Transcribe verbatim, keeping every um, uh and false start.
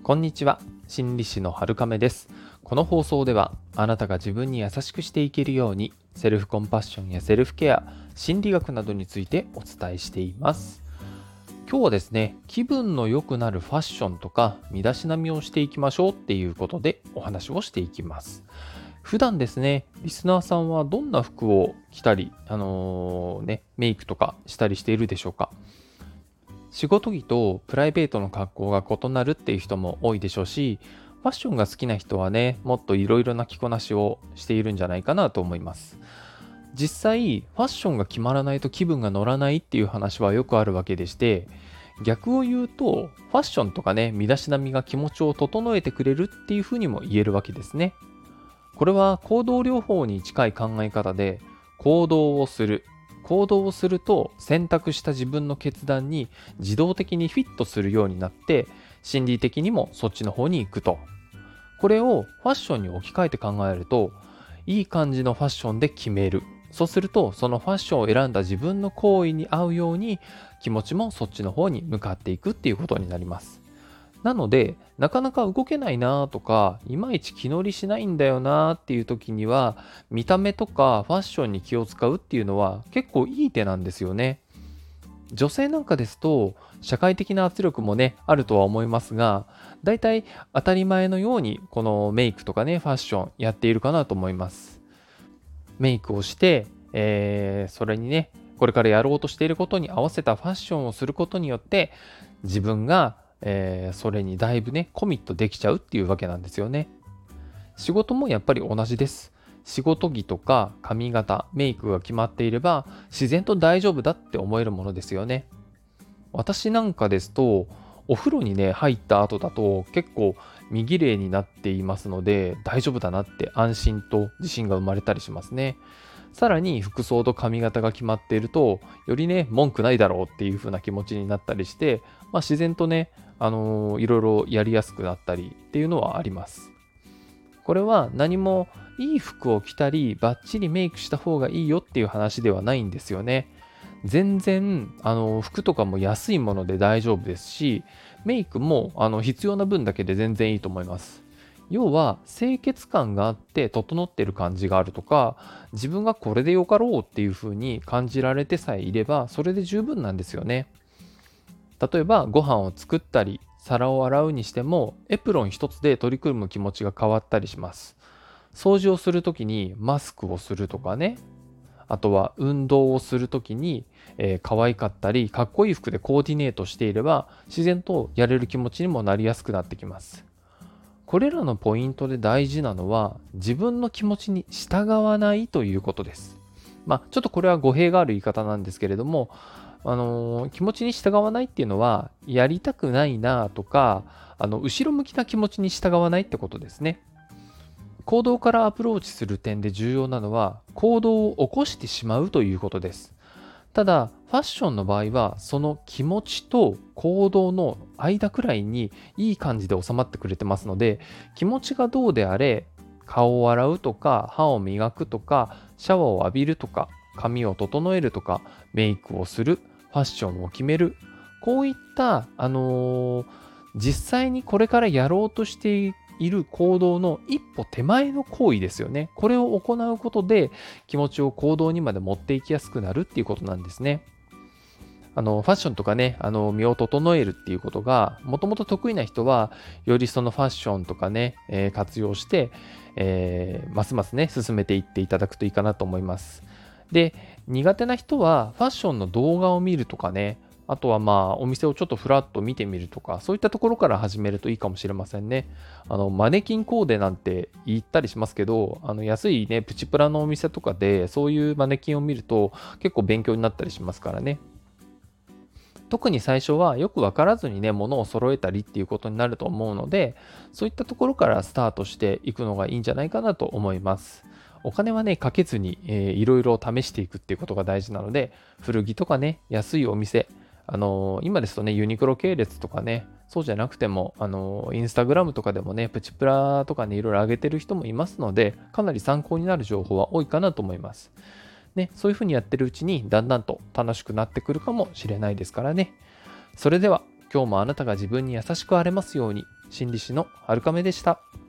こんにちは。心理師の春亀です。この放送ではあなたが自分に優しくしていけるようにセルフコンパッションやセルフケア、心理学などについてお伝えしています。今日はですね、気分の良くなるファッションとか身だしなみをしていきましょうっていうことでお話をしていきます。普段ですね、リスナーさんはどんな服を着たり、あのーね、メイクとかしたりしているでしょうか。仕事着とプライベートの格好が異なるっていう人も多いでしょうし、ファッションが好きな人はね、もっといろいろな着こなしをしているんじゃないかなと思います。実際、ファッションが決まらないと気分が乗らないっていう話はよくあるわけでして、逆を言うと、ファッションとかね、身だしなみが気持ちを整えてくれるっていうふうにも言えるわけですね。これは行動療法に近い考え方で、行動をする。行動をすると選択した自分の決断に自動的にフィットするようになって、心理的にもそっちの方に行くと。これをファッションに置き換えて考えると、いい感じのファッションで決める。そうすると、そのファッションを選んだ自分の行為に合うように気持ちもそっちの方に向かっていくっていうことになります。なので、なかなか動けないなとか、いまいち気乗りしないんだよなっていう時には、見た目とかファッションに気を使うっていうのは結構いい手なんですよね。女性なんかですと、社会的な圧力もね、あるとは思いますが、だいたい当たり前のように、このメイクとかね、ファッションやっているかなと思います。メイクをして、えー、それにね、これからやろうとしていることに合わせたファッションをすることによって、自分がえーそれにだいぶね、コミットできちゃうっていうわけなんですよね。仕事もやっぱり同じです。仕事着とか髪型、メイクが決まっていれば、自然と大丈夫だって思えるものですよね。私なんかですと、お風呂にね、入った後だと結構身綺麗になっていますので、大丈夫だなって安心と自信が生まれたりしますね。さらに服装と髪型が決まっていると、よりね、文句ないだろうっていう風な気持ちになったりして、まあ、自然とね、あのーいろいろやりやすくなったりっていうのはあります。これは何もいい服を着たり、バッチリメイクした方がいいよっていう話ではないんですよね。全然、あの、服とかも安いもので大丈夫ですし、メイクも、あの、必要な分だけで全然いいと思います。要は、清潔感があって整ってる感じがあるとか、自分がこれでよかろうっていう風に感じられてさえいれば、それで十分なんですよね。例えば、ご飯を作ったり、皿を洗うにしても、エプロン一つで取り組む気持ちが変わったりします。掃除をするときにマスクをするとかね、あとは運動をするときに、えー可愛かったり、かっこいい服でコーディネートしていれば、自然とやれる気持ちにもなりやすくなってきます。これらのポイントで大事なのは、自分の気持ちに従わないということです。まあ、ちょっとこれは語弊がある言い方なんですけれども、あのー気持ちに従わないっていうのは、やりたくないなとか、あの、後ろ向きな気持ちに従わないってことですね。行動からアプローチする点で重要なのは、行動を起こしてしまうということです。ただ、ファッションの場合は、その気持ちと行動の間くらいにいい感じで収まってくれてますので、気持ちがどうであれ、顔を洗うとか、歯を磨くとか、シャワーを浴びるとか、髪を整えるとか、メイクをする、ファッションを決める、こういった、あのー実際にこれからやろうとしている行動の一歩手前の行為ですよね。これを行うことで気持ちを行動にまで持っていきやすくなるっていうことなんですね。あの、ファッションとかね、あの、身を整えるっていうことが、もともと得意な人は、よりそのファッションとかね、えー活用して、えーますますね、進めていっていただくといいかなと思います。で、苦手な人は、ファッションの動画を見るとかね、あとはまあ、お店をちょっとフラッと見てみるとか、そういったところから始めるといいかもしれませんね。あの、マネキンコーデなんて言ったりしますけど、あの、安いね、プチプラのお店とかで、そういうマネキンを見ると、結構勉強になったりしますからね。特に最初はよくわからずにね、物を揃えたりっていうことになると思うので、そういったところからスタートしていくのがいいんじゃないかなと思います。お金はね、かけずに、えーいろいろ試していくっていうことが大事なので、古着とかね、安いお店、あのー今ですとね、ユニクロ系列とかね、そうじゃなくても、あのーインスタグラムとかでもね、プチプラとかね、いろいろ上げてる人もいますので、かなり参考になる情報は多いかなと思います。ね、そういうふうにやってるうちにだんだんと楽しくなってくるかもしれないですからね。それでは今日もあなたが自分に優しくあれますように、 心理師のはるかめでした。